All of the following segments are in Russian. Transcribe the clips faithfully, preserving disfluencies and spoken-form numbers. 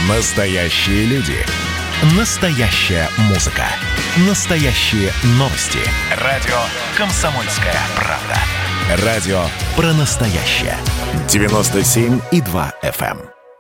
Настоящие люди. Настоящая музыка. Настоящие новости. Радио «Комсомольская правда». Радио про настоящее. девяносто семь и два эф эм.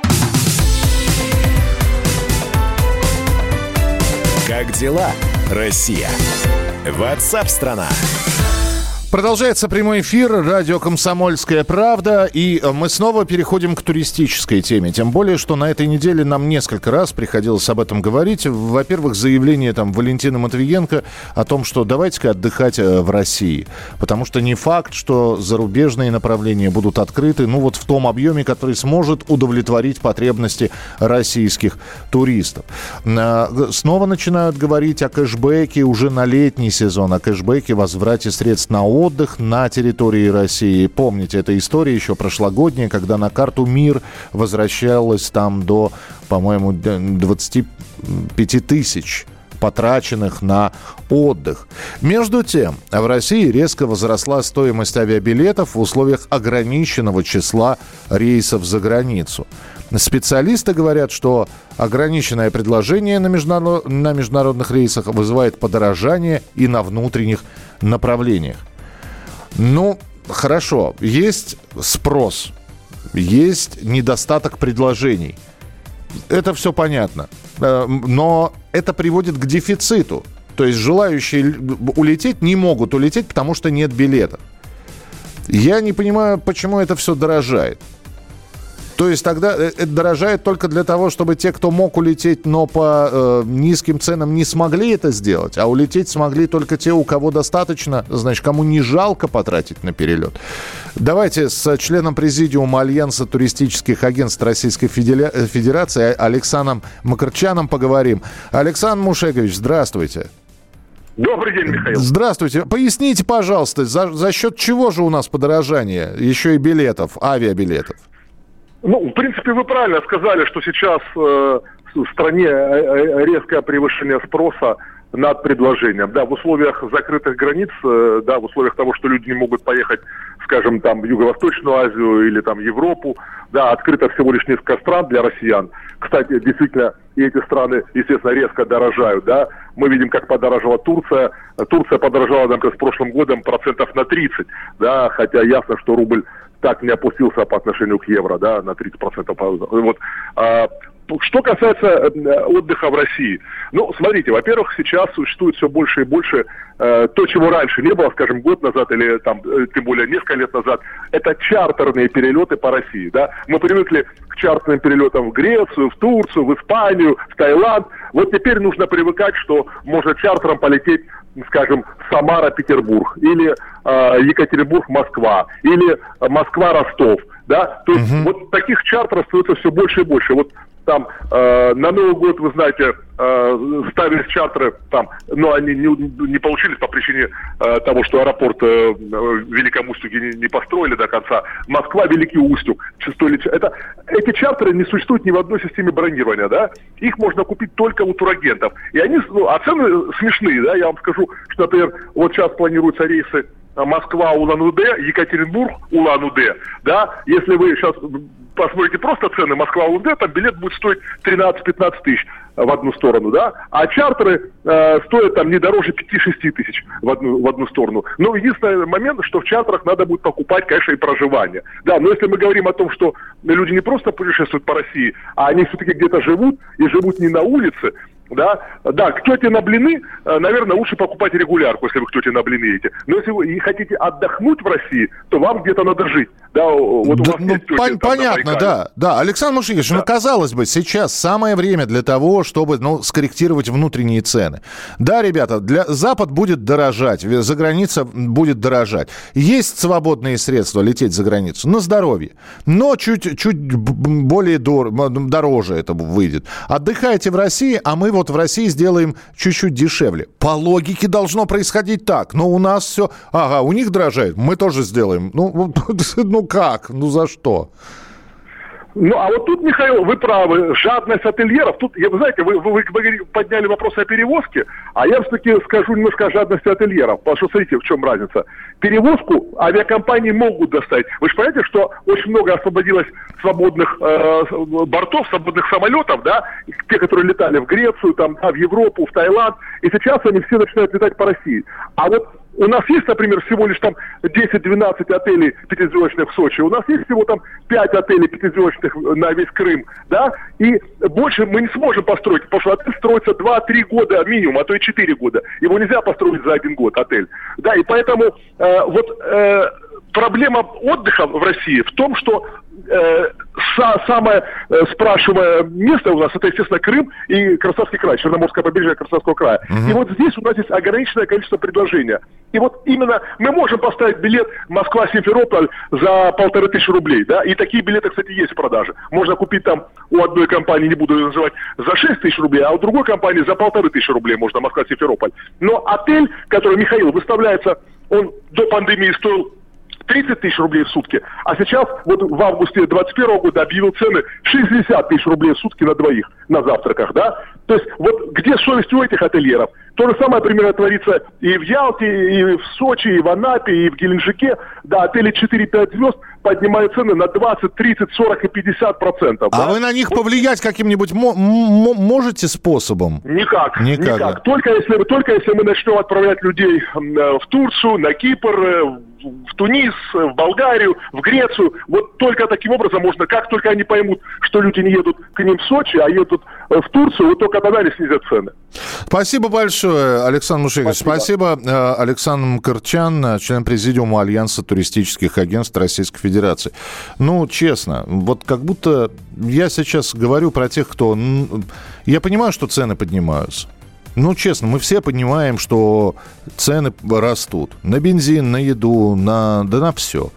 Как дела, Россия? Ватсап-страна! Продолжается прямой эфир, радио «Комсомольская правда», и мы снова переходим к туристической теме. Тем более, что на этой неделе нам несколько раз приходилось об этом говорить. Во-первых, заявление там Валентины Матвиенко о том, что давайте-ка отдыхать в России. Потому что не факт, что зарубежные направления будут открыты, ну вот в том объеме, который сможет удовлетворить потребности российских туристов. Снова начинают говорить о кэшбэке уже на летний сезон, о кэшбэке, возврате средств на отдых. Отдых на территории России. Помните, эта история еще прошлогодняя, когда на карту «Мир» возвращалось там до, по-моему, двадцать пять тысяч потраченных на отдых. Между тем, в России резко возросла стоимость авиабилетов в условиях ограниченного числа рейсов за границу. Специалисты говорят, что ограниченное предложение на, международ... на международных рейсах вызывает подорожание и на внутренних направлениях. Ну, хорошо, есть спрос, есть недостаток предложений. Это все понятно. Но это приводит к дефициту. То есть желающие улететь не могут улететь, потому что нет билетов. Я не понимаю, почему это все дорожает. То есть тогда это дорожает только для того, чтобы те, кто мог улететь, но по э, низким ценам не смогли это сделать, а улететь смогли только те, у кого достаточно, значит, кому не жалко потратить на перелет. Давайте с членом президиума Альянса туристических агентств Российской Федерации Александром Макарчаном поговорим. Александр Мушекович, здравствуйте. Добрый день, Михаил. Здравствуйте. Поясните, пожалуйста, за, за счет чего же у нас подорожание еще и билетов, авиабилетов? Ну, в принципе, вы правильно сказали, что сейчас э, в стране резкое превышение спроса над предложением. Да, в условиях закрытых границ, э, да, в условиях того, что люди не могут поехать, скажем, там, в Юго-Восточную Азию или там Европу, да, открыто всего лишь несколько стран для россиян. Кстати, действительно, и эти страны, естественно, резко дорожают, да. Мы видим, как подорожала Турция. Турция подорожала, например, с прошлым годом процентов на тридцать, да, хотя ясно, что рубль так не опустился по отношению к евро, да, на тридцать процентов. Вот. А, что касается отдыха в России. Ну, смотрите, во-первых, сейчас существует все больше и больше э, то, чего раньше не было, скажем, год назад или там, тем более несколько лет назад, это чартерные перелеты по России, да. Мы привыкли к чартерным перелетам в Грецию, в Турцию, в Испанию, в Таиланд. Вот теперь нужно привыкать, что можно чартером полететь, скажем, Самара-Петербург, или э, Екатеринбург-Москва, или Москва-Ростов, да, то есть uh-huh. вот таких чартеров становится все больше и больше. Вот там э, на Новый год, вы знаете, э, ставились чартеры, там, но они не, не получились по причине э, того, что аэропорт э, в Великом Устюге не, не построили до конца. Москва, Великий Устюг. Это, эти чартеры не существуют ни в одной системе бронирования, да, их можно купить только у турагентов. И они, ну, а цены смешные, да, я вам скажу, что, например, вот сейчас планируются рейсы Москва, Улан-Удэ, Екатеринбург, Улан-Удэ, да, если вы сейчас посмотрите просто цены Москва-Улан-Удэ, там билет будет стоить тринадцать-пятнадцать тысяч в одну сторону, да, а чартеры э, стоят там не дороже пять-шесть тысяч в одну, в одну сторону. Но единственный момент, что в чартерах надо будет покупать, конечно, и проживание. Да, но если мы говорим о том, что люди не просто путешествуют по России, а они все-таки где-то живут, и живут не на улице, да, да, к тете на блины, наверное, лучше покупать регулярку, если вы к тете на блины едете. Но если вы хотите отдохнуть в России, то вам где-то надо жить. Да, вот да, у вас ну, есть тетя, пон- там, понятно, да, да. Александр Мушекович, да. ну, казалось бы, сейчас самое время для того, чтобы, ну, скорректировать внутренние цены. Да, ребята, для Запад будет дорожать, за граница будет дорожать. Есть свободные средства лететь за границу на здоровье, но чуть, чуть более дор- дороже это выйдет. Отдыхайте в России, а мы вот в России сделаем чуть-чуть дешевле. По логике должно происходить так, но у нас все... Ага, у них дорожает, мы тоже сделаем. Ну, ну как? Ну за что? Ну, а вот тут, Михаил, вы правы, жадность ательеров. Тут, вы знаете, вы, вы, вы подняли вопрос о перевозке, а я все-таки скажу немножко о жадности ательеров. Потому что, смотрите, в чем разница. Перевозку авиакомпании могут достать. Вы же понимаете, что очень много освободилось свободных э, бортов, свободных самолетов, да, те, которые летали в Грецию, там, да, в Европу, в Таиланд, и сейчас они все начинают летать по России. А вот у нас есть, например, всего лишь там десять-двенадцать отелей пятизвездочных в Сочи. У нас есть всего там пять отелей пятизвездочных на весь Крым, да? И больше мы не сможем построить, потому что отель строится два-три года минимум, а то и четыре года. Его нельзя построить за один год, отель. Да, и поэтому э, вот э, проблема отдыха в России в том, что э, са- самое э, спрашиваемое место у нас, это, естественно, Крым и Краснодарский край, Черноморское побережье Краснодарского края. Угу. И вот здесь у нас есть ограниченное количество предложения. И вот именно мы можем поставить билет Москва-Симферополь за полторы тысячи рублей, да, и такие билеты, кстати, есть в продаже. Можно купить там у одной компании, не буду ее называть, за шесть тысяч рублей, а у другой компании за полторы тысячи рублей можно Москва-Симферополь. Но отель, который, Михаил, выставляется, он до пандемии стоил тридцать тысяч рублей в сутки, а сейчас вот в августе двадцать первого года объявил цены шестьдесят тысяч рублей в сутки на двоих на завтраках, да? То есть вот где совесть у этих ательеров? То же самое примерно творится и в Ялте, и в Сочи, и в Анапе, и в Геленджике. Да, отели четыре-пять звезд поднимают цены на двадцать, тридцать, сорок и пятьдесят процентов. А да? вы на них повлиять каким-нибудь мо- м- можете способом? Никак. Никак. никак. Да. Только, если, только если мы начнем отправлять людей в Турцию, на Кипр, в Тунис, в Болгарию, в Грецию. Вот только таким образом можно, как только они поймут, что люди не едут к ним в Сочи, а едут в Турцию, вот только тогда они снизят цены. Спасибо большое, Александр Мушеевич. Спасибо. Спасибо. Александр Мкртчян, член президиума Альянса туристических агентств Российской Федерации. Ну, честно, вот как будто я сейчас говорю про тех, кто... Я понимаю, что цены поднимаются. Ну, честно, мы все понимаем, что цены растут. На бензин, на еду, на... да на все.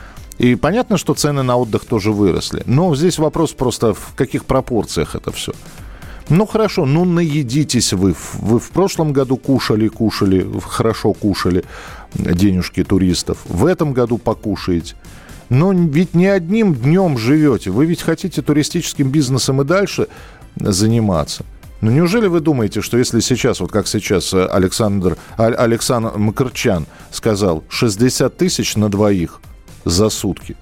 И понятно, что цены на отдых тоже выросли. Но здесь вопрос просто, в каких пропорциях это все. Ну, хорошо, ну, наедитесь вы. Вы в прошлом году кушали, кушали, хорошо кушали денежки туристов. В этом году покушаете. Но ведь не одним днем живете. Вы ведь хотите туристическим бизнесом и дальше заниматься. Ну, неужели вы думаете, что если сейчас, вот как сейчас Александр, Александр Мкртчян сказал, шестьдесят тысяч на двоих за сутки?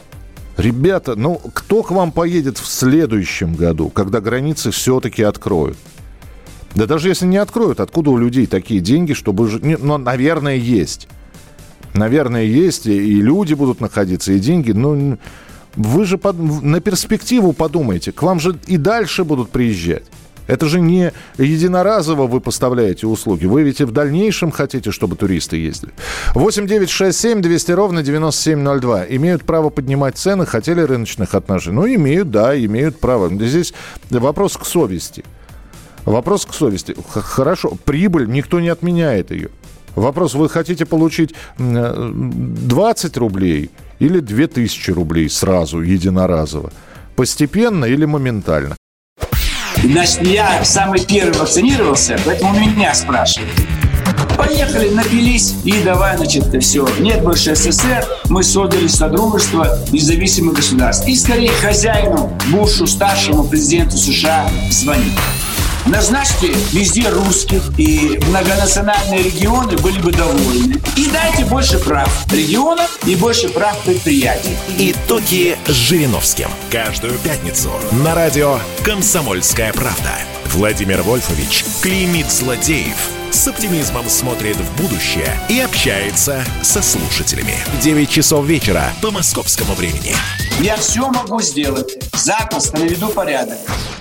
Ребята, ну, кто к вам поедет в следующем году, когда границы все-таки откроют? Да даже если не откроют, откуда у людей такие деньги, чтобы... Ну, наверное, есть. Наверное, есть, и люди будут находиться, и деньги. Но вы же под... на перспективу подумайте. К вам же и дальше будут приезжать. Это же не единоразово вы поставляете услуги. Вы ведь и в дальнейшем хотите, чтобы туристы ездили. восемь девятьсот шестьдесят семь двести ровно девяносто семь ноль два. Имеют право поднимать цены, хотели рыночных отношений? Ну, имеют, да, имеют право. Здесь вопрос к совести. Вопрос к совести. Хорошо, прибыль, никто не отменяет ее. Вопрос, вы хотите получить двадцать рублей или две тысячи рублей сразу, единоразово? Постепенно или моментально? Значит, я самый первый вакцинировался, поэтому меня спрашивают. Поехали, напились и давай, значит, все. Нет больше СССР, мы создали Содружество независимых государств. И скорее хозяину, Бушу, старшему президенту США звонить. Назначьте везде русских, и многонациональные регионы были бы довольны. И дайте больше прав регионам и больше прав предприятий. Итоги с Жириновским. Каждую пятницу на радио «Комсомольская правда». Владимир Вольфович клеймит злодеев, с оптимизмом смотрит в будущее и общается со слушателями. девять часов вечера по московскому времени. Я все могу сделать. Запросто наведу порядок.